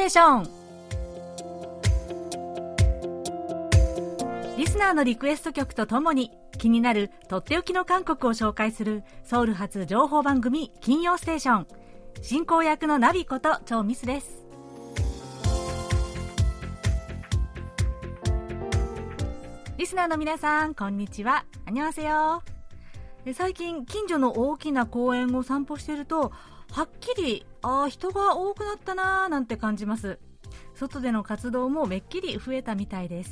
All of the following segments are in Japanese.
テーション。リスナーのリクエスト曲とともに気になるとっておきの韓国を紹介するソウル発情報番組金曜ステーション。進行役のナビことチョウミスです。リスナーの皆さん、こんにちは。アンニョンハセヨ。最近近所の大きな公園を散歩していると、はっきり人が多くなったなーなんて感じます。外での活動もめっきり増えたみたいです。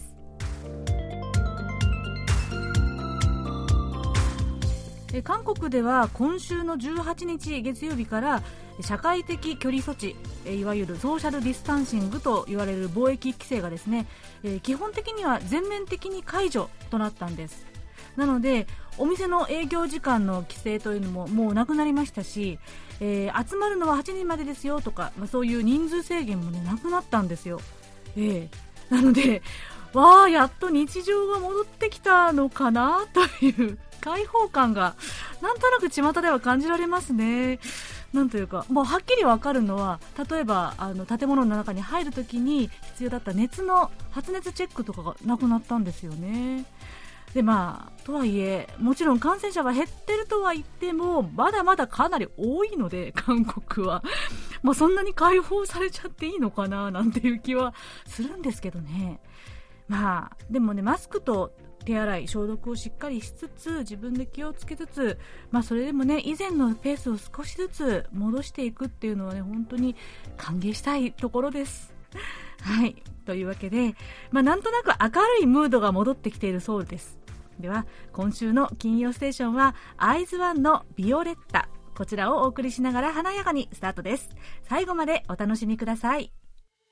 韓国では今週の18日月曜日から社会的距離措置、いわゆるソーシャルディスタンシングと言われる貿易規制がですね、基本的には全面的に解除となったんです。なのでお店の営業時間の規制というのももうなくなりましたし、集まるのは8人までですよとか、そういう人数制限も、ね、なくなったんですよ。なのでやっと日常が戻ってきたのかなという開放感がなんとなく巷では感じられますね。なんというか、もうはっきりわかるのは、例えば建物の中に入るときに必要だった発熱チェックとかがなくなったんですよね。でとはいえ、もちろん感染者は減ってるとは言ってもまだまだかなり多いので、韓国はそんなに解放されちゃっていいのかななんていう気はするんですけどね。でもね、マスクと手洗い消毒をしっかりしつつ、自分で気をつけつつ、それでもね、以前のペースを少しずつ戻していくっていうのはね、本当に歓迎したいところです。はい、というわけで、なんとなく明るいムードが戻ってきているそうです。では今週の金曜ステーションはIZ*ONEのビオレッタ、こちらをお送りしながら華やかにスタートです。最後までお楽しみください。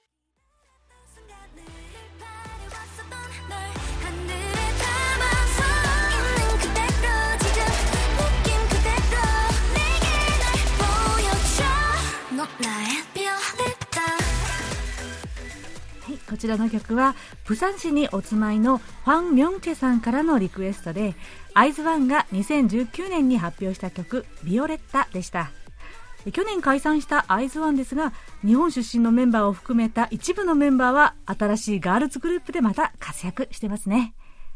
こちらの曲はプサン市にお住まいのファン・ミョンチェさんからのリクエストで、IZ*ONEが2019年に発表した曲ビオレッタでした。去年解散したIZ*ONEですが、日本出身のメンバーを含めた一部のメンバーは新しいガールズグループでまた活躍してますね。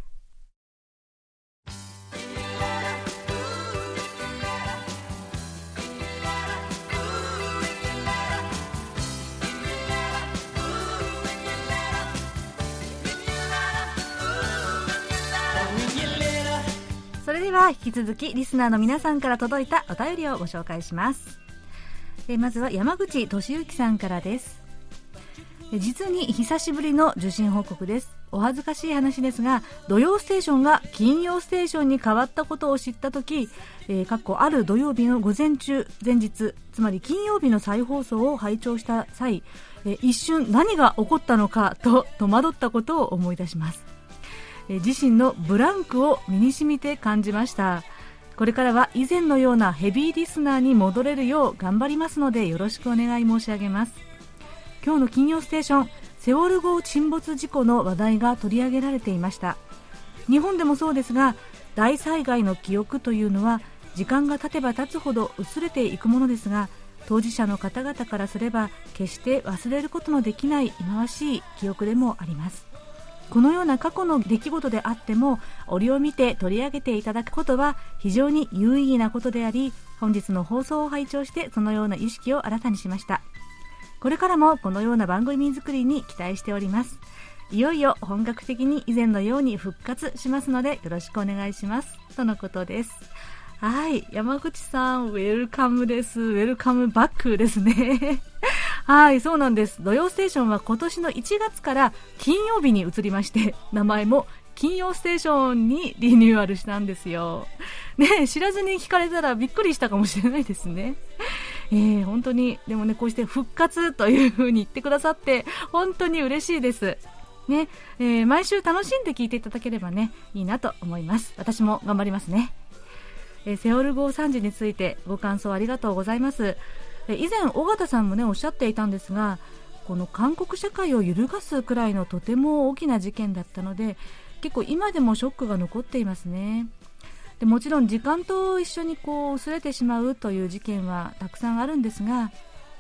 それでは引き続きリスナーの皆さんから届いたお便りをご紹介します。まずは山口俊之さんからです。実に久しぶりの受信報告です。お恥ずかしい話ですが、土曜ステーションが金曜ステーションに変わったことを知ったとき、ある土曜日の午前中、前日、つまり金曜日の再放送を拝聴した際、一瞬何が起こったのかと戸惑ったことを思い出します。自身のブランクを身に染みて感じました。これからは以前のようなヘビーリスナーに戻れるよう頑張りますので、よろしくお願い申し上げます。今日の金曜ステーション、セウォル号沈没事故の話題が取り上げられていました。日本でもそうですが、大災害の記憶というのは時間が経てば経つほど薄れていくものですが、当事者の方々からすれば決して忘れることのできない忌まわしい記憶でもあります。このような過去の出来事であっても、折を見て取り上げていただくことは非常に有意義なことであり、本日の放送を拝聴してそのような意識を新たにしました。これからもこのような番組作りに期待しております。いよいよ本格的に以前のように復活しますので、よろしくお願いします、とのことです。はい、山口さん、ウェルカムです。ウェルカムバックですね。はい、そうなんです。土曜ステーションは今年の1月から金曜日に移りまして、名前も金曜ステーションにリニューアルしたんですよ。ね、知らずに聞かれたらびっくりしたかもしれないですね。本当に、でもね、こうして復活という風に言ってくださって本当に嬉しいですね。毎週楽しんで聞いていただければね、いいなと思います。私も頑張りますね。セオル号惨事についてご感想ありがとうございます。以前尾形さんもねおっしゃっていたんですが、この韓国社会を揺るがすくらいのとても大きな事件だったので、結構今でもショックが残っていますね。でもちろん時間と一緒に薄れてしまうという事件はたくさんあるんですが、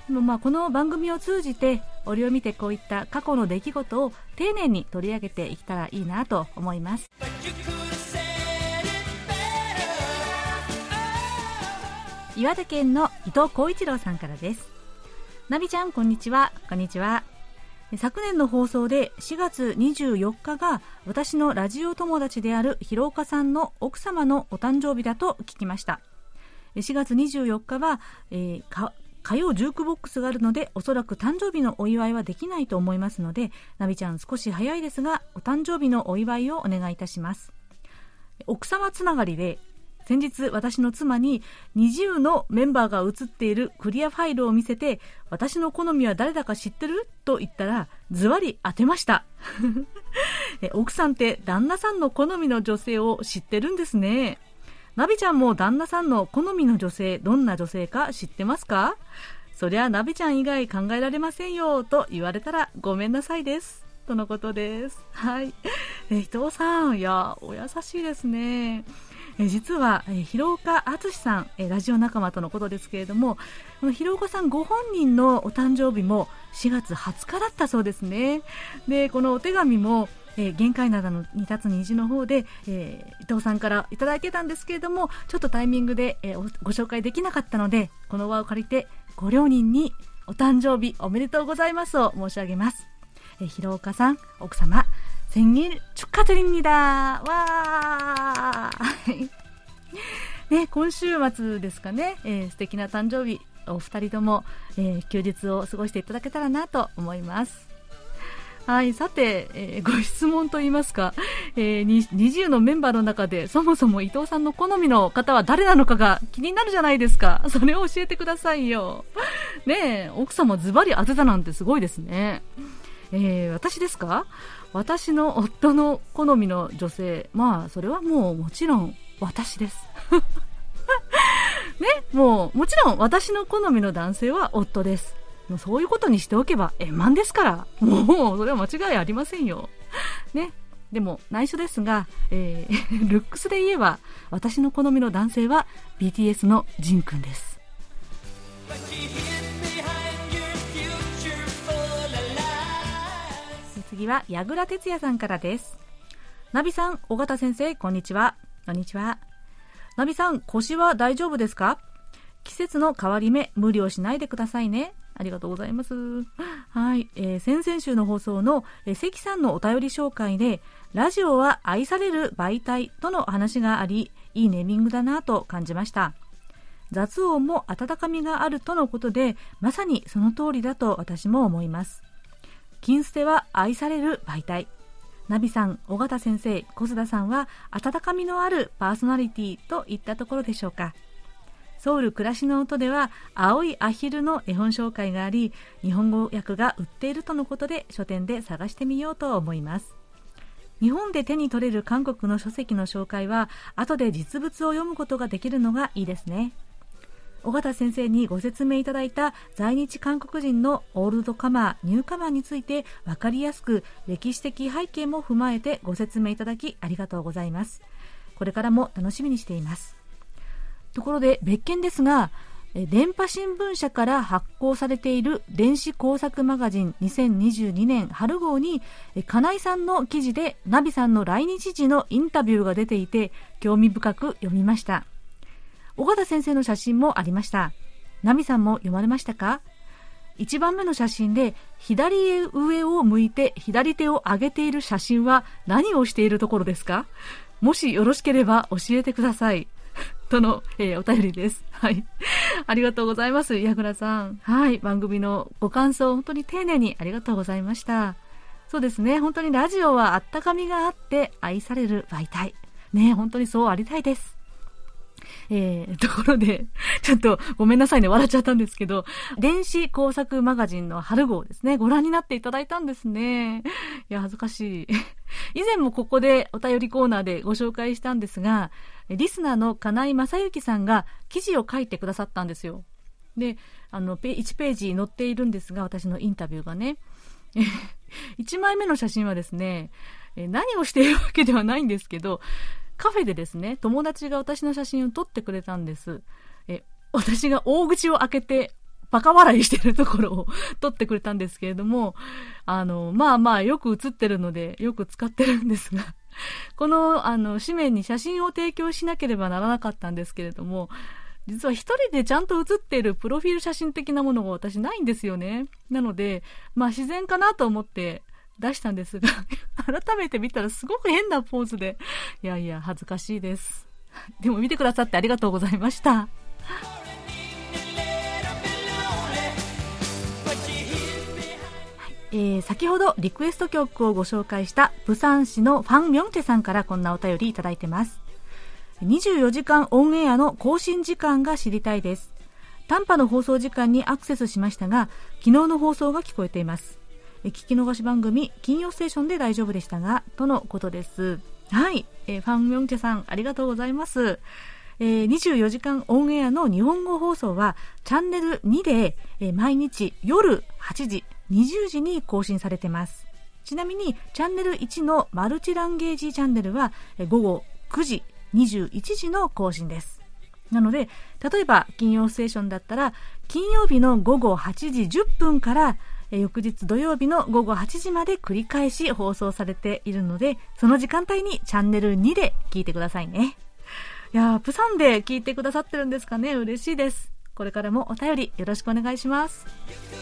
でもこの番組を通じて折を見てこういった過去の出来事を丁寧に取り上げていけたらいいなと思います。岩手県の伊藤浩一郎さんからです。ナビちゃん、こんにちは。こんにちは。昨年の放送で4月24日が私のラジオ友達である広岡さんの奥様のお誕生日だと聞きました。4月24日は、火曜ジュークボックスがあるのでおそらく誕生日のお祝いはできないと思いますので、ナビちゃん少し早いですがお誕生日のお祝いをお願いいたします。奥様つながりで先日私の妻に20のメンバーが写っているクリアファイルを見せて、私の好みは誰だか知ってると言ったらズバリ当てました奥さんって旦那さんの好みの女性を知ってるんですね。ナビちゃんも旦那さんの好みの女性、どんな女性か知ってますか？そりゃナビちゃん以外考えられませんよと言われたらごめんなさいですとのことです。はい。伊藤さん、いやお優しいですね。実は広岡敦さん、ラジオ仲間とのことですけれども、この広岡さんご本人のお誕生日も4月20日だったそうですね。でこのお手紙も限界灘に立つ虹の方で、伊藤さんからいただいてたんですけれども、ちょっとタイミングで、ご紹介できなかったので、この場を借りてご両人にお誕生日おめでとうございますを申し上げます。広岡さん、奥様생일 축하드립니다。わーね、今週末ですかね、素敵な誕生日お二人とも、休日を過ごしていただけたらなと思います。はい、さて、ご質問といいますか、20のメンバーの中でそもそも伊藤さんの好みの方は誰なのかが気になるじゃないですか。それを教えてくださいよ。ねえ、奥様ズバリ当てたなんてすごいですね。私ですか？私の夫の好みの女性、それはもちろん私ですね、もちろん私の好みの男性は夫です。もうそういうことにしておけば円満ですから、もうそれは間違いありませんよね。でも内緒ですが、ルックスで言えば私の好みの男性は BTS のジンくんです。次は矢倉哲也さんからです。ナビさん、尾形先生、こんにちは。こんにちは。ナビさん、腰は大丈夫ですか？季節の変わり目、無理をしないでくださいね。ありがとうございます。はい、先々週の放送の関さんのお便り紹介で、ラジオは愛される媒体との話があり、いいネーミングだなと感じました。雑音も温かみがあるとのことで、まさにその通りだと私も思います。金捨ては愛される媒体。ナビさん、尾形先生、小須田さんは温かみのあるパーソナリティといったところでしょうか。ソウル暮らしの音では青いアヒルの絵本紹介があり、日本語訳が売っているとのことで書店で探してみようと思います。日本で手に取れる韓国の書籍の紹介は後で実物を読むことができるのがいいですね。尾形先生にご説明いただいた在日韓国人のオールドカマー、ニューカマーについて分かりやすく歴史的背景も踏まえてご説明いただきありがとうございます。これからも楽しみにしています。ところで別件ですが、電波新聞社から発行されている電子工作マガジン2022年春号に金井さんの記事でナビさんの来日時のインタビューが出ていて興味深く読みました。尾形先生の写真もありました。ナビさんも読まれましたか？1番目の写真で左上を向いて左手を上げている写真は何をしているところですか？もしよろしければ教えてくださいとの、お便りです。はい、ありがとうございます。矢倉さん、はい、番組のご感想本当に丁寧にありがとうございました。そうですね、本当にラジオはあったかみがあって愛される媒体ね、本当にそうありたいです。ところでちょっとごめんなさいね、笑っちゃったんですけど、電子工作マガジンの春号ですね、ご覧になっていただいたんですね。いや恥ずかしい以前もここでお便りコーナーでご紹介したんですが、リスナーの金井正幸さんが記事を書いてくださったんですよ。で1ページ載っているんですが、私のインタビューがね1枚目の写真はですね、何をしているわけではないんですけど、カフェでですね、友達が私の写真を撮ってくれたんです。私が大口を開けてバカ笑いしてるところを撮ってくれたんですけれども、まあまあよく写ってるのでよく使ってるんですが、この紙面に写真を提供しなければならなかったんですけれども、実は一人でちゃんと写っているプロフィール写真的なものが私ないんですよね。なので、まあ自然かなと思って出したんですが、改めて見たらすごく変なポーズで、いやいや恥ずかしいです。でも見てくださってありがとうございました。先ほどリクエスト曲をご紹介したプサン市のファン・ミョンテさんからこんなお便りいただいてます。24時間オンエアの更新時間が知りたいです。短波の放送時間にアクセスしましたが、昨日の放送が聞こえています。聞き逃し番組金曜ステーションで大丈夫でしたが、とのことです。はい、ファン・ミョンテさんありがとうございます。24時間オンエアの日本語放送はチャンネル2で、毎日夜8時20時に更新されてます。ちなみにチャンネル1のマルチランゲージチャンネルは午後9時21時の更新です。なので例えば金曜ステーションだったら金曜日の午後8時10分から翌日土曜日の午後8時まで繰り返し放送されているので、その時間帯にチャンネル2で聞いてくださいね。いやー、プサンで聞いてくださってるんですかね。嬉しいです。これからもお便りよろしくお願いします。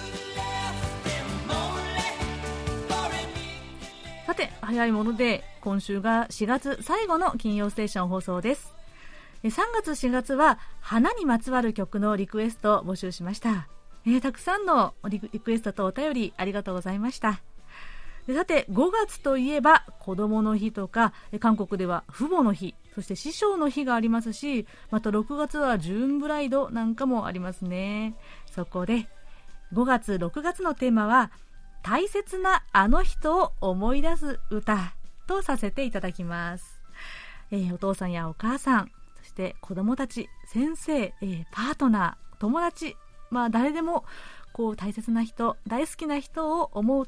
さて、早いもので今週が4月最後の金曜ステーション放送です。3月4月は花にまつわる曲のリクエストを募集しました。たくさんのリクエストとお便りありがとうございました。さて、5月といえば子どもの日とか、韓国では父母の日、そして師匠の日がありますし、また6月はジューンブライドなんかもありますね。そこで5月6月のテーマは大切なあの人を思い出す歌とさせていただきます。お父さんやお母さん、そして子どもたち、先生、パートナー、友達、まあ誰でもこう大切な人、大好きな人を思って、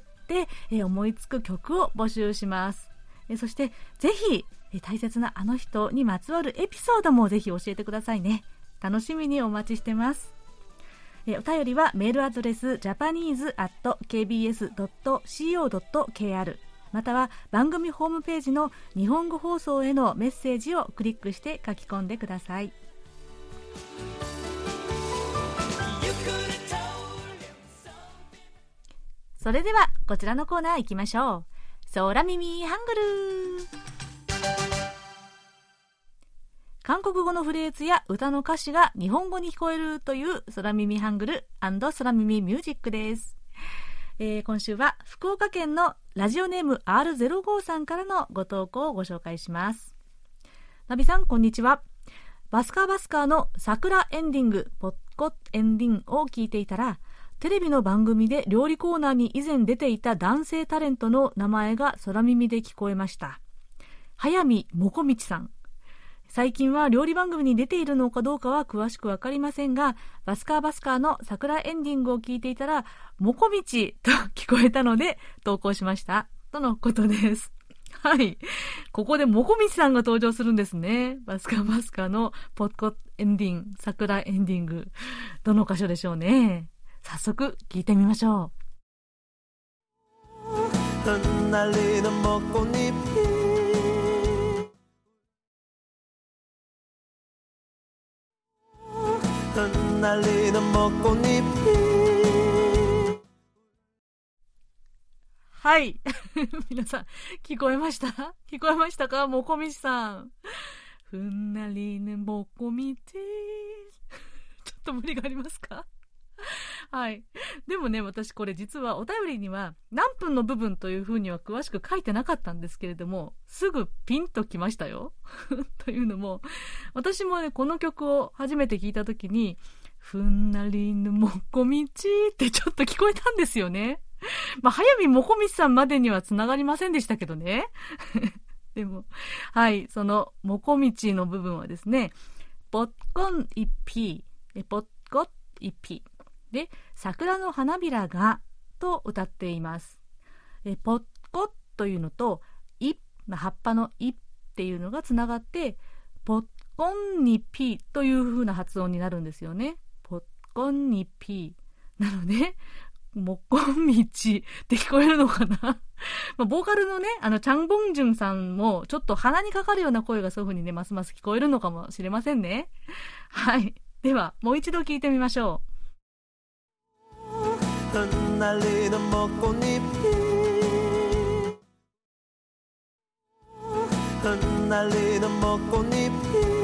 思いつく曲を募集します。そしてぜひ大切なあの人にまつわるエピソードもぜひ教えてくださいね。楽しみにお待ちしてます。お便りはメールアドレス japanese@kbs.co.kr または番組ホームページの日本語放送へのメッセージをクリックして書き込んでください。それではこちらのコーナー行きましょう。空耳ハングル。韓国語のフレーズや歌の歌詞が日本語に聞こえるという空耳ハングル&空耳ミュージックです。今週は福岡県のラジオネーム R05 さんからのご投稿をご紹介します。ナビさんこんにちは。バスカーバスカーの桜エンディングポッコエンディンを聞いていたら、テレビの番組で料理コーナーに以前出ていた男性タレントの名前が空耳で聞こえました。早見もこみちさん。最近は料理番組に出ているのかどうかは詳しくわかりませんが、バスカーバスカーの桜エンディングを聞いていたらもこみちと聞こえたので投稿しましたとのことです。はい、ここでもこみちさんが登場するんですね。バスカーバスカーのポッコエンディング、桜エンディング、どの箇所でしょうね。早速聞いてみましょう。はい皆さん聞こえました？聞こえましたか？もこみちさん。ふんなりねもこみちちょっと無理がありますか？はい。でもね、私これ実はお便りには何分の部分というふうには詳しく書いてなかったんですけれども、すぐピンときましたよというのも、私もねこの曲を初めて聞いた時にふんなりぬもこみちってちょっと聞こえたんですよね。まあ早見もこみちさんまでにはつながりませんでしたけどねでもはい、そのもこみちの部分はですね、ポッコン一ピー、ポッコ一ピーで桜の花びらがと歌っています。ポッコというのとイ、葉っぱのイっていうのがつながってポッコンニピという風な発音になるんですよね。ポッコンニピ。 なのでもこみちって聞こえるのかなボーカルのね、チャン・ボンジュンさんもちょっと鼻にかかるような声がそういう風にね、ますます聞こえるのかもしれませんね。はい。では、もう一度聞いてみましょう。흩날리는 먹꽃잎이 흩날리는 먹꽃잎이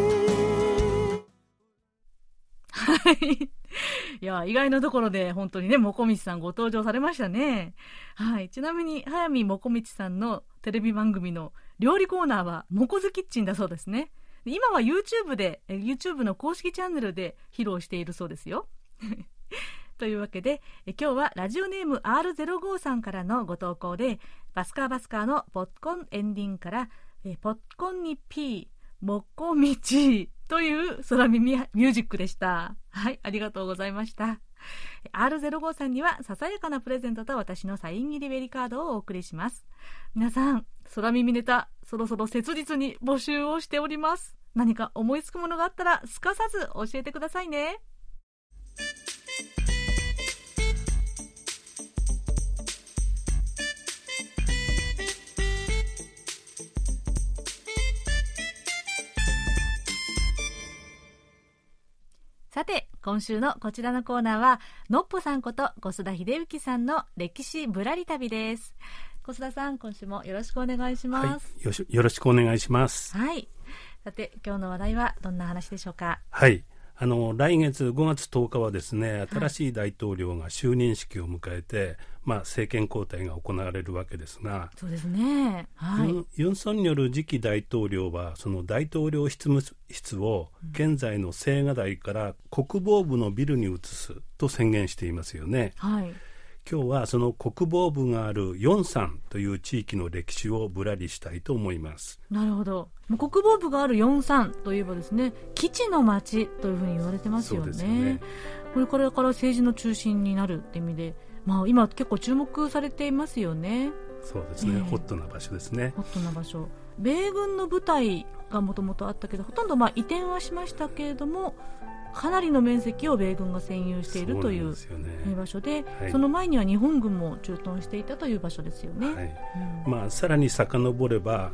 はい。いや、意外なところで本当にね、もこみちさんご登場されましたね。はい。ちなみに、早見もこみちさんのテレビ番組の料理コーナーは、もこずキッチンだそうですね。今は YouTube の公式チャンネルで披露しているそうですよ。というわけで、今日はラジオネーム R05 さんからのご投稿で、バスカーのポッコンエンディングから、ポッコンにピー、もこみちという空耳ミュージックでした。はい、ありがとうございました。R05 さんにはささやかなプレゼントと私のサイン入りベリーカードをお送りします。皆さん、空耳ネタそろそろ切実に募集をしております。何か思いつくものがあったらすかさず教えてくださいね。さて、今週のこちらのコーナーはのっぽさんこと小須田秀幸さんの歴史ぶらり旅です。小須田さん、今週もよろしくお願いします。 はい、よろしくお願いします。 はい。さて、今日の話題はどんな話でしょうか。 はい。来月5月10日はですね、新しい大統領が就任式を迎えて、政権交代が行われるわけですが、 そうですね。はい。 ユン・ソンニョル次期大統領は、その大統領執務室を現在の青瓦台から国防部のビルに移すと宣言していますよね。 はい。 今日はその国防部があるヨンサンという地域の歴史をぶらりしたいと思います。 なるほど。国防部があるヨンサンといえばですね、基地の町というふうに言われてますよね。 そうですよね。 これから政治の中心になるって意味で、今結構注目されていますよね。 そうですね、ホットな場所ですね。 ホットな場所。米軍の部隊がもともとあったけど、ほとんど移転はしましたけれども、かなりの面積を米軍が占有しているという場所で、 はい、 その前には日本軍も駐屯していたという場所ですよね。 はい。さらに遡れば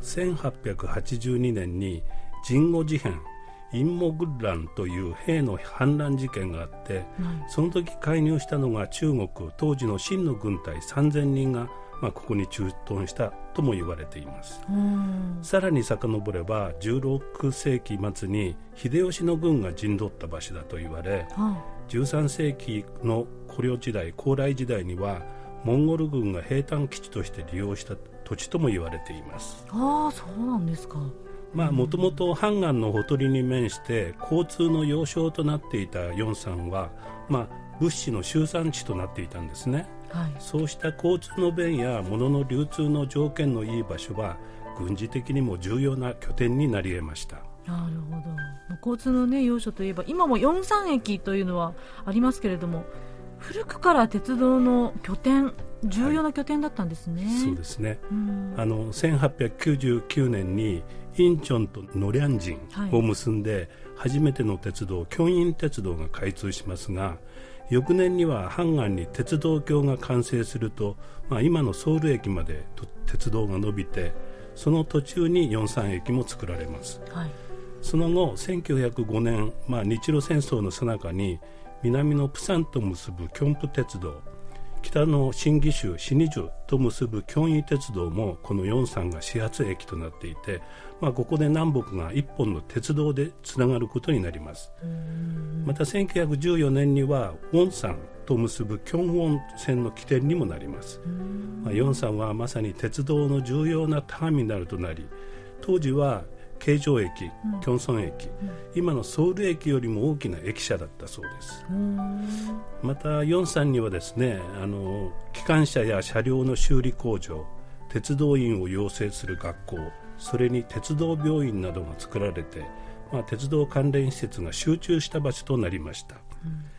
1882年に神護事変インモグッランという兵の反乱事件があって、その時介入したのが中国、当時の清の軍隊3000人がここに駐屯したとも言われています。さらに遡れば16世紀末に秀吉の軍が陣取った場所だと言われ、13世紀の古領時代、高麗時代にはモンゴル軍が兵站基地として利用した土地とも言われています。 そうなんですか。 もともと漢江のほとりに面して交通の要衝となっていたヨンサンは、物資の集散地となっていたんですね。はい、そうした交通の便や物の流通の条件のいい場所は軍事的にも重要な拠点になり得ました。 なるほど。交通の、要所といえば今もヨンサン駅というのはありますけれども、古くから鉄道の拠点、重要な拠点だったんですね。 そうですね。1899年にインチョンとノリャンジンを結んで初めての鉄道、キョンイン鉄道が開通しますが、翌年には漢江に鉄道橋が完成すると、今のソウル駅まで鉄道が伸びて、その途中にヨンサン駅も作られます。はい、その後1905年、日露戦争の最中に南のプサンと結ぶキョンプ鉄道、北の新義州シニジュと結ぶキョンイ鉄道もこのヨンサンが始発駅となっていて、ここで南北が一本の鉄道でつながることになります。また1914年にはウォンサンと結ぶキョンウォン線の起点にもなります。ヨンサンはまさに鉄道の重要なターミナルとなり、当時は京城駅、キョンソン駅、今のソウル駅よりも大きな駅舎だったそうです。またヨンサンにはですね、機関車や車両の修理工場、鉄道員を養成する学校、それに鉄道病院などが作られて、鉄道関連施設が集中した場所となりました。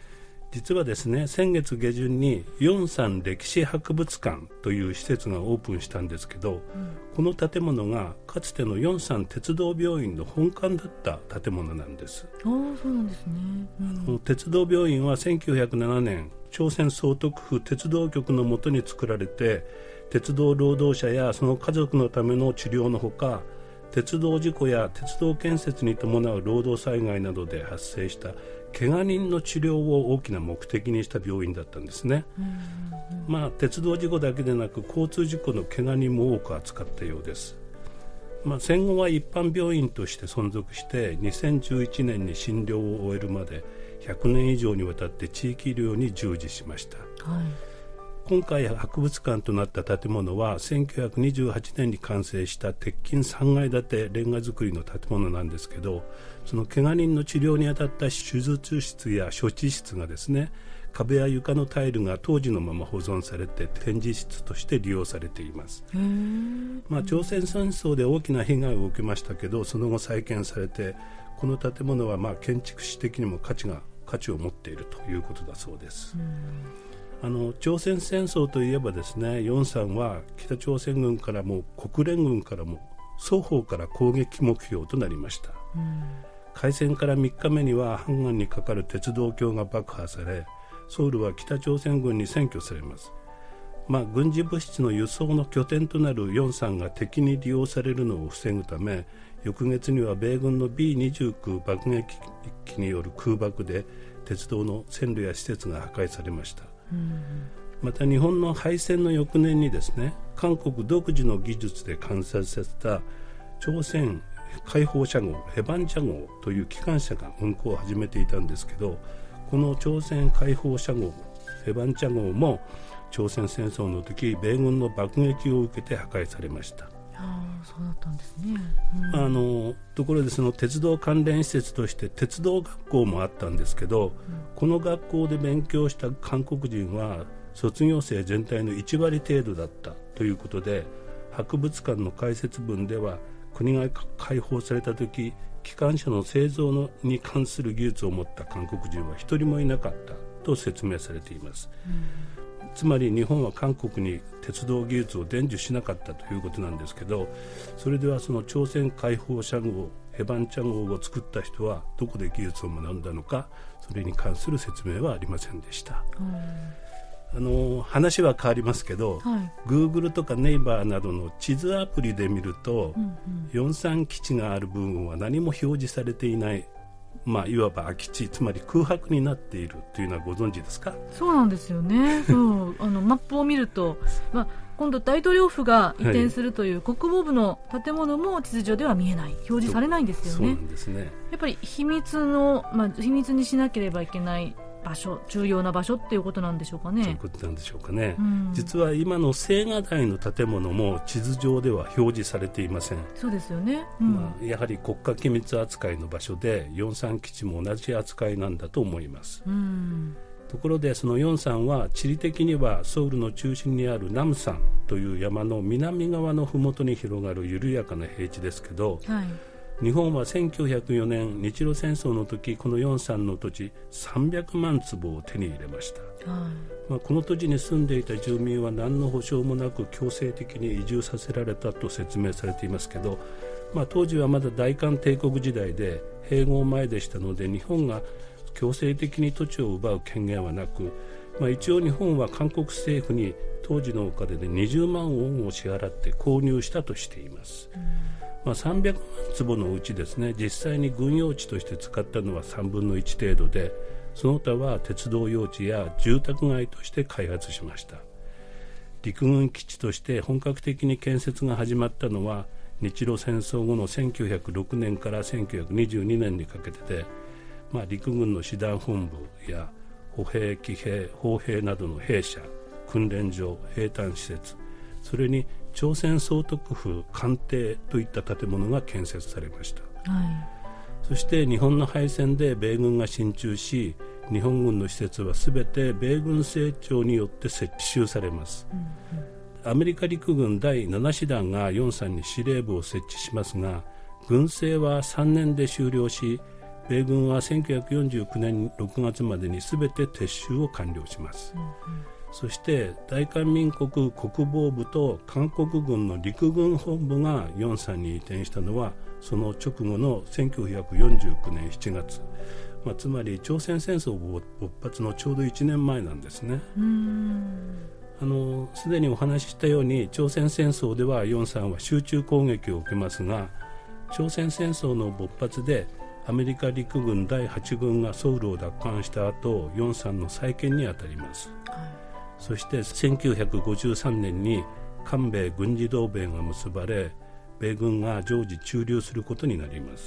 実はですね、先月下旬にヨンサン歴史博物館という施設がオープンしたんですけど、この建物がかつてのヨンサン鉄道病院の本館だった建物なんです。 そうなんですね。 鉄道病院は1907年朝鮮総督府鉄道局の下に作られて、鉄道労働者やその家族のための治療のほか、鉄道事故や鉄道建設に伴う労働災害などで発生した怪我人の治療を大きな目的にした病院だったんですね。鉄道事故だけでなく交通事故の怪我人も多く扱ったようです。戦後は一般病院として存続して2011年に診療を終えるまで100年以上にわたって地域医療に従事しました。今回博物館となった建物は1928年に完成した鉄筋3階建てレンガ造りの建物なんですけど、その怪我人の治療にあたった手術室や処置室がですね、壁や床のタイルが当時のまま保存されて展示室として利用されています。朝鮮戦争で大きな被害を受けましたけど、その後再建されて、この建物は建築史的にも価値を持っているということだそうです。朝鮮戦争といえばですね、ヨンサンは北朝鮮軍からも国連軍からも双方から攻撃目標となりました。開戦から3日目にはハンガンにかかる鉄道橋が爆破され、ソウルは北朝鮮軍に占拠されます。軍事物質の輸送の拠点となるヨンサンが敵に利用されるのを防ぐため、翌月には米軍の B-29 爆撃機による空爆で鉄道の線路や施設が破壊されました。また日本の敗戦の翌年にですね、韓国独自の技術で完成させた朝鮮解放車号ヘバンチャ号という機関車が運行を始めていたんですけど、この朝鮮解放車号ヘバンチャ号も朝鮮戦争の時米軍の爆撃を受けて破壊されました。 そうだったんですね。 ところでその鉄道関連施設として鉄道学校もあったんですけど、この学校で勉強した韓国人は卒業生全体の1割程度だったということで、博物館の解説文では国が解放された時、機関車の製造に関する技術を持った韓国人は一人もいなかったと説明されています。つまり日本は韓国に鉄道技術を伝授しなかったということなんですけど、それではその朝鮮解放車号ヘバンチャ号を作った人はどこで技術を学んだのか、それに関する説明はありませんでした。話は変わりますけど、Google とかネイバーなどの地図アプリで見ると、ヨンサン基地がある部分は何も表示されていない、いわば空き地、つまり空白になっているというのはご存知ですか？ そうなんですよね。マップを見ると、今度大統領府が移転するという国防部の建物も地図上では見えない、表示されないんですよね。 そうなんですね。 やっぱり秘密にしなければいけない場所、重要な場所っていうことなんでしょうかね。 そういうことなんでしょうかね。実は今の青瓦台の建物も地図上では表示されていません。 そうですよね。 やはり国家機密扱いの場所でヨンサン基地も同じ扱いなんだと思います。ところでそのヨンサンは地理的にはソウルの中心にあるナムサンという山の南側の麓に広がる緩やかな平地ですけど、日本は1904年日露戦争の時、このヨンサンの土地300万坪を手に入れました。この土地に住んでいた住民は何の保証もなく強制的に移住させられたと説明されていますけど、当時はまだ大韓帝国時代で併合前でしたので、日本が強制的に土地を奪う権限はなく、一応日本は韓国政府に当時のお金で20万ウォンを支払って購入したとしています。300万坪のうちですね、実際に軍用地として使ったのは3分の1程度で、その他は鉄道用地や住宅街として開発しました。陸軍基地として本格的に建設が始まったのは日露戦争後の1906年から1922年にかけてで、陸軍の師団本部や歩兵、騎兵、砲兵などの兵舎、訓練場、兵隊施設、それに朝鮮総督府官邸といった建物が建設されました。そして日本の敗戦で米軍が進駐し、日本軍の施設はすべて米軍政庁によって接収されます。アメリカ陸軍第7師団がヨンサンに司令部を設置しますが、軍政は3年で終了し、 米軍は1949年6月までに全て撤収を完了します、そして大韓民国国防部と韓国軍の陸軍本部がヨンサンに移転したのはその直後の1949年7月、つまり朝鮮戦争勃発のちょうど1年前なんですね。すでにお話ししたように朝鮮戦争ではヨンサンは集中攻撃を受けますが、朝鮮戦争の勃発でアメリカ陸軍第8軍がソウルを奪還した後、ヨンサンの再建に当たります、そして1953年に韓米軍事同盟が結ばれ、米軍が常時駐留することになります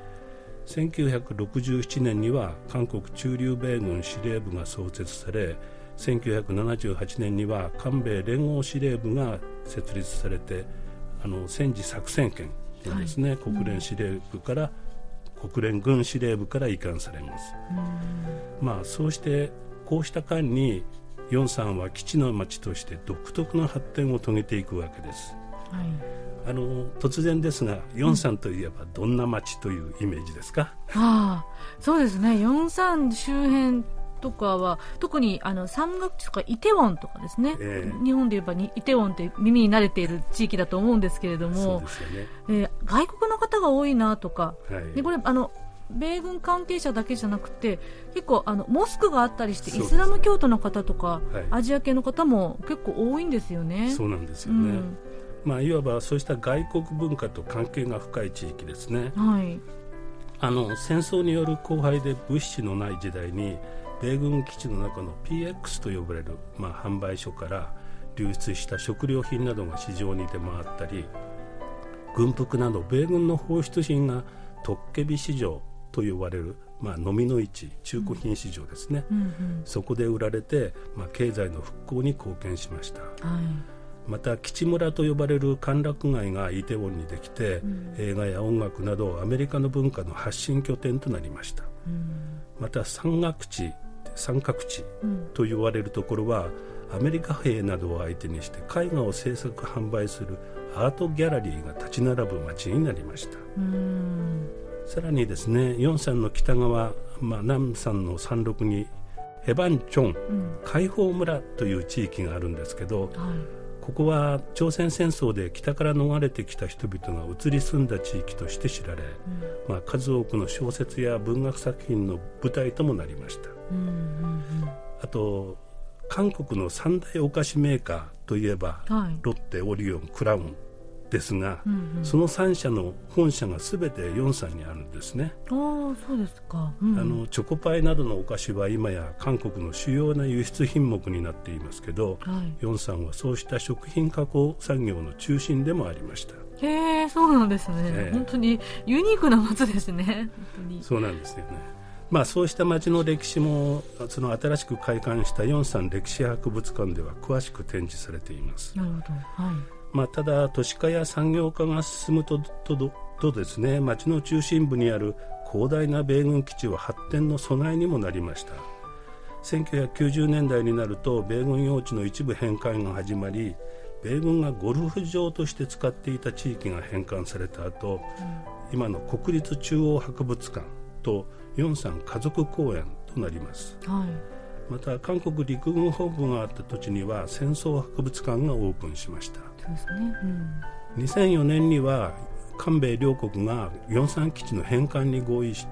、1967年には韓国駐留米軍司令部が創設され、1978年には韓米連合司令部が設立されて、戦時作戦権ですね、国連司令部から国連軍司令部から移管されます、そうしてこうした間にヨンサンは基地の町として独特の発展を遂げていくわけです、突然ですがヨンサンといえばどんな町というイメージですか？ そうですね、ヨンサン周辺とかは特に山岳地とかイテウォンとかですね、日本で言えばイテウォンって耳に慣れている地域だと思うんですけれども、 そうですよね、 外国の方が多いなとか、でこれ米軍関係者だけじゃなくて結構モスクがあったりして、イスラム教徒の方とか、アジア系の方も結構多いんですよね。 そうなんですよね、いわばそうした外国文化と関係が深い地域ですね、戦争による荒廃で物資のない時代に米軍基地の中の PX と呼ばれる、販売所から流出した食料品などが市場に出回ったり、軍服など米軍の放出品がトッケビ市場と呼ばれる、飲みの市中古品市場ですね、そこで売られて、経済の復興に貢献しました、また基地村と呼ばれる歓楽街がイテウォンにできて、映画や音楽などアメリカの文化の発信拠点となりました、また山岳地と言われるところはアメリカ兵などを相手にして絵画を制作販売するアートギャラリーが立ち並ぶ街になりました。さらにですね、ヨンサンの北側、南山の山麓にヘバンチョン、解放村という地域があるんですけど、ここは朝鮮戦争で北から逃れてきた人々が移り住んだ地域として知られ、数多くの小説や文学作品の舞台ともなりました。あと韓国の三大お菓子メーカーといえば、ロッテ、オリオン、クラウンですが、その3社の本社が全てヨンサンにあるんですね。 そうですか、 チョコパイなどのお菓子は今や韓国の主要な輸出品目になっていますけど、ヨンサンはそうした食品加工産業の中心でもありました。 へえ、そうなんですね、本当にユニークな街ですね。本当にそうなんですよね。そうした町の歴史もその新しく開館したヨンサン歴史博物館では詳しく展示されています。 なるほど、 ただ都市化や産業化が進むとですね、町の中心部にある広大な米軍基地は発展の阻害にもなりました。1990年代になると米軍用地の一部返還が始まり、米軍がゴルフ場として使っていた地域が返還された後、今の国立中央博物館とヨンサン家族公園となります、また韓国陸軍本部があった土地には戦争博物館がオープンしました。 そうですね、 2004年には韓米両国がヨンサン基地の返還に合意して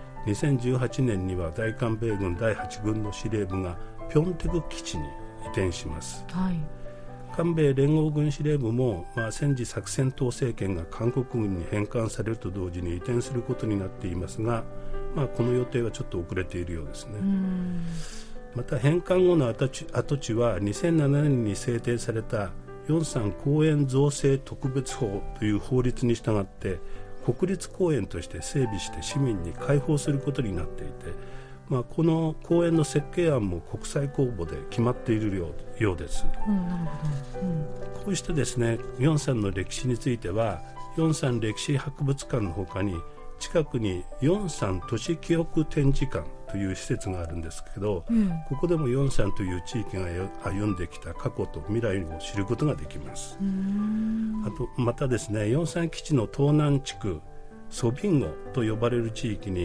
、2018年には大韓米軍第8軍の司令部がピョンテク基地に移転します、韓米連合軍司令部も、戦時作戦統制権が韓国軍に返還されると同時に移転することになっていますが、この予定はちょっと遅れているようですね。また返還後の跡地は2007年に制定されたヨンサン公園造成特別法という法律に従って国立公園として整備して市民に開放することになっていて、この公園の設計案も国際公募で決まっているようです、 なるほど、 こうしてですね、ヨンサンの歴史についてはヨンサン歴史博物館の他に近くにヨンサン都市記憶展示館という施設があるんですけど、ここでもヨンサンという地域が歩んできた過去と未来を知ることができます。あとまたですね、ヨンサン基地の東南地区ソビンゴと呼ばれる地域に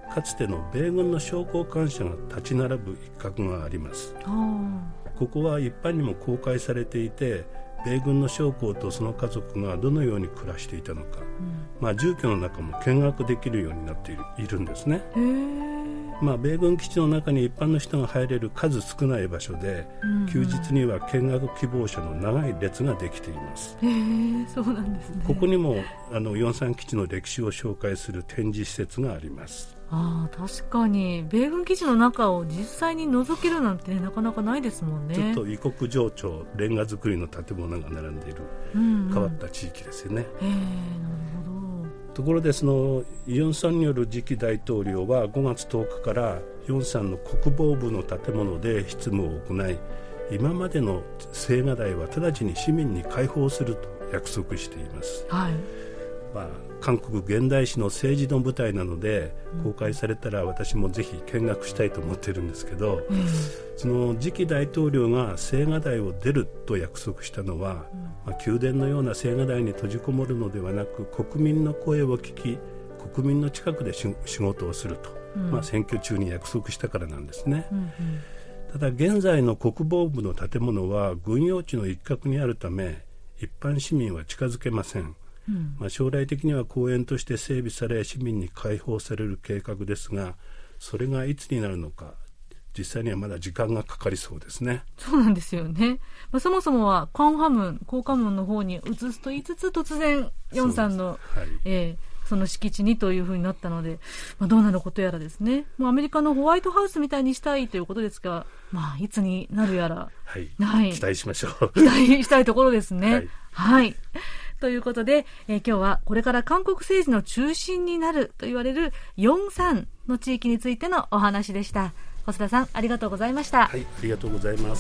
かつての米軍の将校官舎が立ち並ぶ一角があります。ここは一般にも公開されていて、米軍の将校とその家族がどのように暮らしていたのか、住居の中も見学できるようになっているんですね。米軍基地の中に一般の人が入れる数少ない場所で、休日には見学希望者の長い列ができています。 そうなんですね。 ここにもヨンサン基地の歴史を紹介する展示施設があります。 確かに米軍基地の中を実際に覗けるなんて、なかなかないですもんね。 ちょっと異国情緒、レンガ造りの建物が並んでいる、変わった地域ですよね。 なるほど。 ところで、そのユン・ソンニョル次期大統領は5月10日からヨンサンの国防部の建物で執務を行い、今までの青瓦台は直ちに市民に開放すると約束しています。韓国現代史の政治の舞台なので、公開されたら私もぜひ見学したいと思ってるんですけど、その次期大統領が青瓦台を出ると約束したのは、宮殿のような青瓦台に閉じこもるのではなく、国民の声を聞き、国民の近くで仕事をすると、選挙中に約束したからなんですね。ただ現在の国防部の建物は軍用地の一角にあるため、一般市民は近づけません。将来的には公園として整備され、市民に開放される計画ですが、それがいつになるのか、実際にはまだ時間がかかりそうですね。 そうなんですよね。そもそもは光化門の方に移すと言いつつ、突然ヨンさんのその敷地にというふうになったので、どうなることやらですね。もうアメリカのホワイトハウスみたいにしたいということですが、いつになるやら、 期待しましょう。 期待したいところですね。ということで、今日はこれから韓国政治の中心になると言われるヨンサンの地域についてのお話でした。細田さん、ありがとうございました。 ありがとうございます。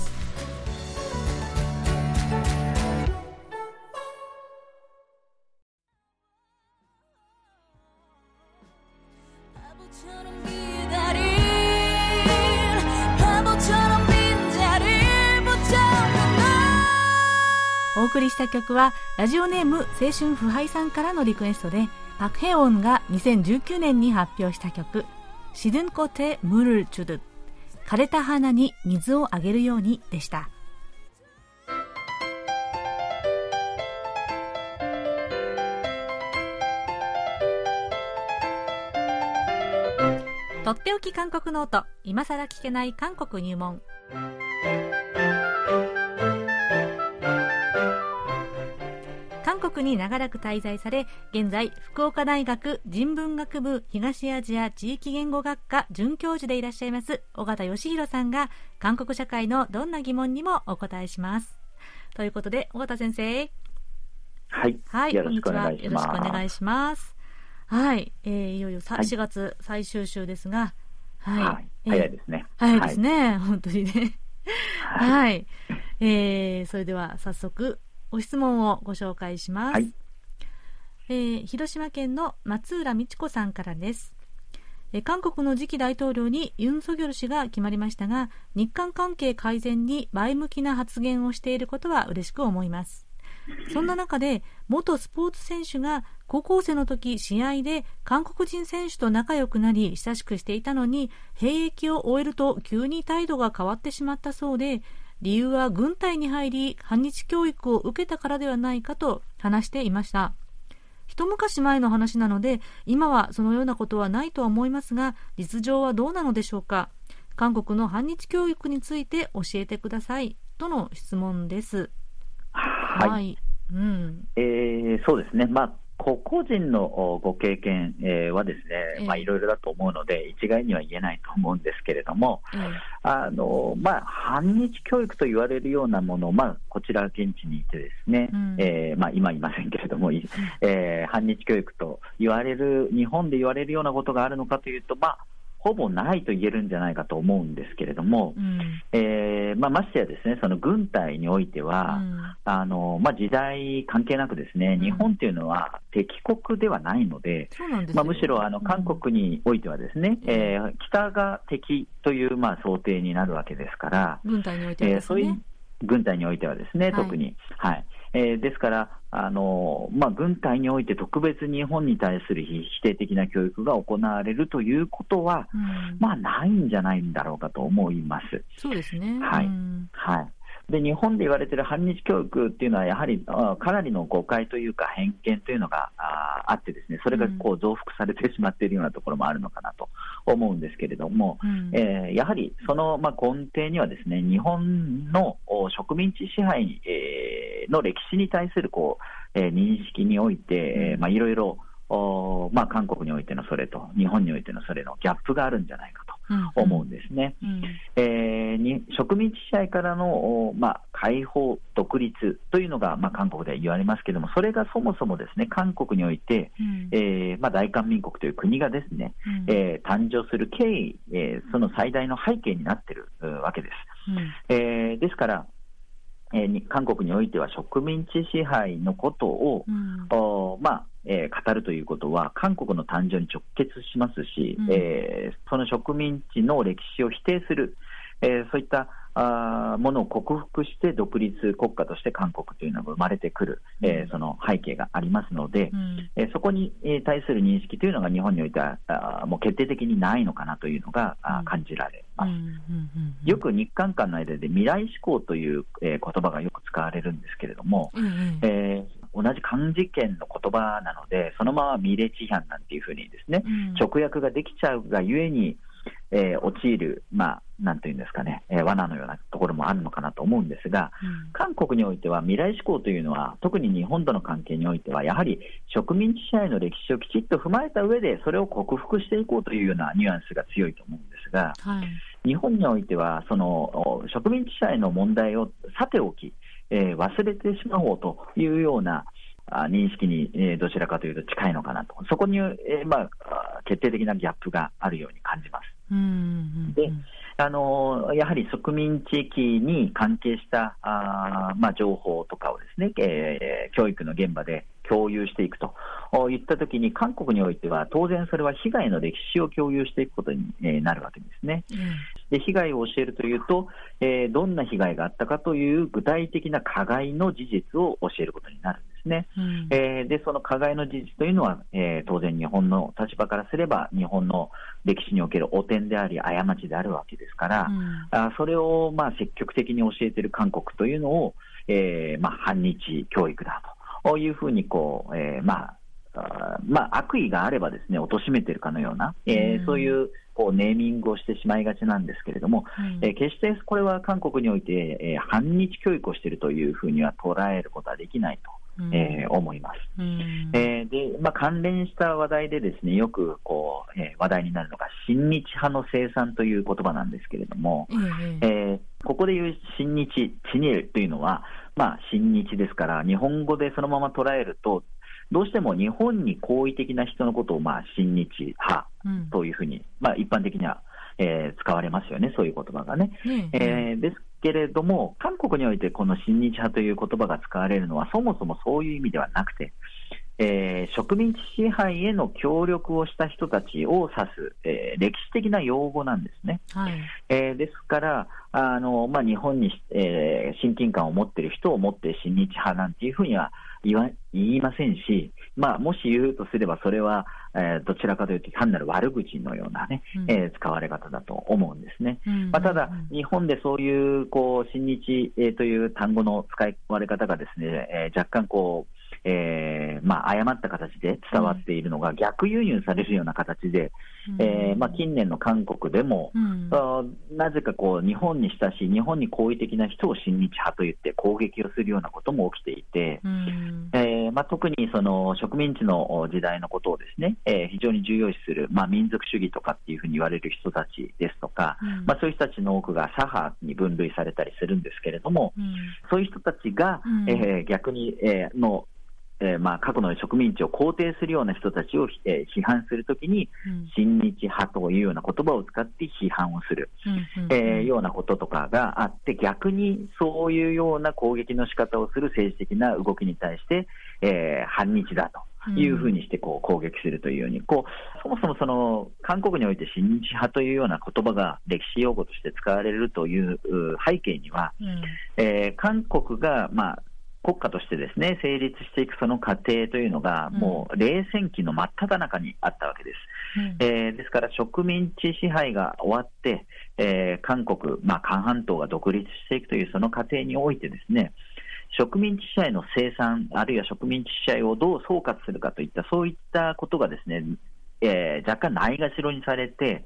お送りした曲はラジオネーム青春腐敗さんからのリクエストで、パクヘオンが2019年に発表した曲シドゥンコテムルチュドゥ、枯れた花に水をあげるようにでした。とっておき韓国ノート、今さら聞けない韓国入門。韓国に長らく滞在され、現在福岡大学人文学部東アジア地域言語学科准教授でいらっしゃいます尾形義弘さんが、韓国社会のどんな疑問にもお答えします。ということで、尾形先生、 よろしくお願いします。 よろしくお願いします。いよいよ4月最終週ですが、 早いですね。 早いですね、本当にね。それでは早速ご質問をご紹介します。広島県の松浦美智子さんからです。韓国の次期大統領にユン・ソギョル氏が決まりましたが、日韓関係改善に前向きな発言をしていることは嬉しく思います。そんな中で、元スポーツ選手が高校生の時、試合で韓国人選手と仲良くなり親しくしていたのに、兵役を終えると急に態度が変わってしまったそうで、理由は軍隊に入り反日教育を受けたからではないかと話していました。一昔前の話なので、今はそのようなことはないとは思いますが、実情はどうなのでしょうか。韓国の反日教育について教えてくださいとの質問です。 そうですね。個々人のご経験はですね、いろいろだと思うので一概には言えないと思うんですけれども、反日教育と言われるようなもの、こちら現地にいてですね、今いませんけれども、反日教育と言われる、日本で言われるようなことがあるのかというと、ほぼないと言えるんじゃないかと思うんですけれども、ましてやですね、その軍隊においては、時代関係なくですね、日本というのは敵国ではないので、むしろ韓国においてはですね、北が敵という想定になるわけですから、 軍隊においてはですね、 軍隊においてはですね、特に、 ですから軍隊において特別日本に対する否定的な教育が行われるということは、ないんじゃないんだろうかと思います。 そうですね。 はい、はい。で日本で言われている反日教育っていうのはやはりかなりの誤解というか偏見というのがあってですね、それがこう増幅されてしまっているようなところもあるのかなと思うんですけれども、やはりその根底にはですね、日本の植民地支配の歴史に対する認識においていろいろ韓国においてのそれと日本においてのそれのギャップがあるんじゃないかと思うんですね。植民地支配からの解放独立というのが韓国では言われますけれども、それがそもそもですね、韓国において大韓民国という国がですね誕生する経緯、その最大の背景になっているわけです。ですから韓国においては植民地支配のことを、語るということは韓国の誕生に直結しますし、その植民地の歴史を否定する、そういったものを克服して独立国家として韓国というのが生まれてくる、その背景がありますので、そこに対する認識というのが日本においてはもう決定的にないのかなというのが感じられます。よく日韓間の間で未来志向という言葉がよく使われるんですけれども、同じ漢字圏の言葉なのでそのまま未来知犯なんていうふうにですね、直訳ができちゃうがゆえに陥る、なんていうんですかね、罠のようなところもあるのかなと思うんですが、韓国においては未来志向というのは特に日本との関係においてはやはり植民地支配の歴史をきちっと踏まえた上でそれを克服していこうというようなニュアンスが強いと思うんですが、日本においてはその植民地支配の問題をさておき、忘れてしまおうというような認識に、どちらかというと近いのかなと、そこに、決定的なギャップがあるように感じます。でやはり植民地域に関係した情報とかをですね、教育の現場で共有していくといったときに韓国においては当然それは被害の歴史を共有していくことになるわけですね。で被害を教えるというと、どんな被害があったかという具体的な加害の事実を教えることになるんですね。でその加害の事実というのは、当然日本の立場からすれば日本の歴史における汚点であり過ちであるわけですから、それを積極的に教えている韓国というのを、反日教育だというふうに悪意があればですね貶めているかのような、そういうネーミングをしてしまいがちなんですけれども、決してこれは韓国において、反日教育をしているというふうには捉えることはできないと思います。で関連した話題でですねよく話題になるのが親日派の生産という言葉なんですけれども、ここでいう親日チニエルというのは、親日ですから日本語でそのまま捉えるとどうしても日本に好意的な人のことを親日派というふうに、一般的には、使われますよね、そういう言葉がね。ですけれども韓国においてこの親日派という言葉が使われるのはそもそもそういう意味ではなくて、植民地支配への協力をした人たちを指す、歴史的な用語なんですね。ですから日本に、親近感を持っている人をもって親日派なんていうふうには言いませんし、もし言うとすればそれは、どちらかというと単なる悪口のような、ね使われ方だと思うんですね。ただ日本でそういう親日、という単語の使われ方がですね、若干誤った形で伝わっているのが逆輸入されるような形で、近年の韓国でも、なぜか日本に親しい日本に好意的な人を親日派といって攻撃をするようなことも起きていて、特にその植民地の時代のことをですね、非常に重要視する、民族主義とかっていうふうに言われる人たちですとか、そういう人たちの多くが左派に分類されたりするんですけれども、そういう人たちが、逆に、過去の植民地を肯定するような人たちを、批判するときに、親日派というような言葉を使って批判をする、ようなこととかがあって、逆にそういうような攻撃の仕方をする政治的な動きに対して、反日だというふうにして攻撃するというように、そもそもその韓国において親日派というような言葉が歴史用語として使われるという背景には、韓国が国家としてですね、成立していくその過程というのが、もう冷戦期の真っ只中にあったわけです。ですから植民地支配が終わって、韓国、韓半島が独立していくというその過程においてですね、植民地支配の清算、あるいは植民地支配をどう総括するかといった、そういったことがですね、若干ないがしろにされて、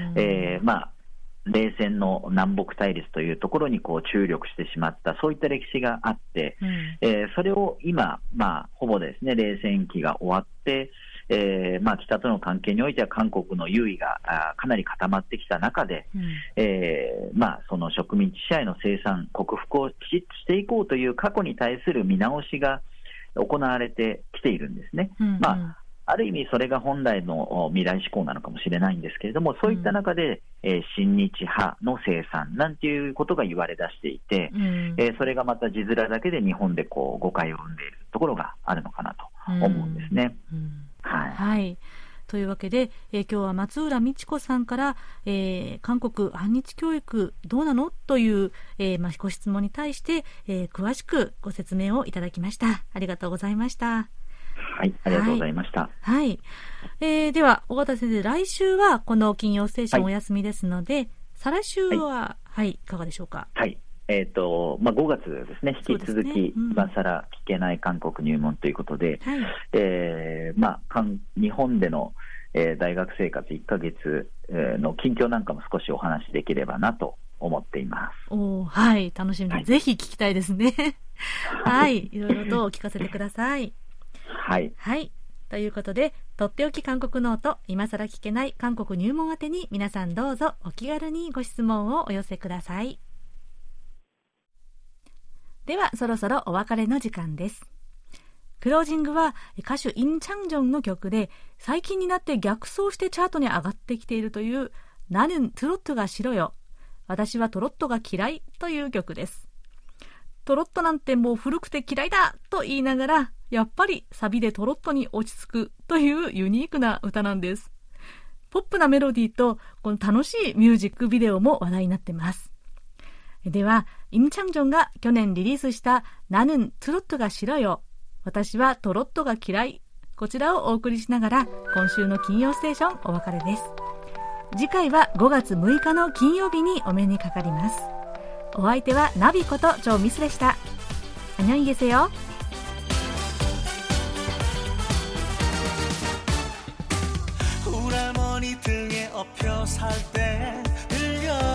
冷戦の南北対立というところに注力してしまった、そういった歴史があって、それを今、ほぼですね、冷戦期が終わって、北との関係においては韓国の優位がかなり固まってきた中で、その植民地支配の清算、克服をきちっとしていこうという過去に対する見直しが行われてきているんですね。ある意味それが本来の未来志向なのかもしれないんですけれども、そういった中で、親日派の清算なんていうことが言われ出していて、それがまた字面だけで日本で誤解を生んでいるところがあるのかなと思うんですね。 はい、というわけで、今日は松浦美智子さんから、韓国反日教育どうなのという、ご質問に対して、詳しくご説明をいただきました。ありがとうございました。 はい、ありがとうございました。 では尾形先生、来週はこの金曜ステーションお休みですので、再来週は、いかがでしょうか。 5月ですね、引き続き、今更聞けない韓国入門ということで、日本での、大学生活1ヶ月の近況なんかも少しお話しできればなと思っています。 楽しみです。ぜひ聞きたいですね。いろいろとお聞かせてください。ということで、とっておき韓国ノート、今更聞けない韓国入門宛てに皆さんどうぞお気軽にご質問をお寄せください。ではそろそろお別れの時間です。クロージングは歌手イン・チャンジョンの曲で、最近になって逆走してチャートに上がってきているという나는トロットが싫어よ、私はトロットが嫌いという曲です。トロットなんてもう古くて嫌いだと言いながら、やっぱりサビでトロットに落ち着くというユニークな歌なんです。ポップなメロディーとこの楽しいミュージックビデオも話題になっています。ではイン・チャンジョンが去年リリースした나는トロットが싫어よ、私はトロットが嫌い、こちらをお送りしながら今週の金曜ステーションお別れです。次回は5月6日の金曜日にお目にかかります。お相手はナビことチョウミスでした。안녕히 계세요。 홀할머니 등에 엎여 살 때 들려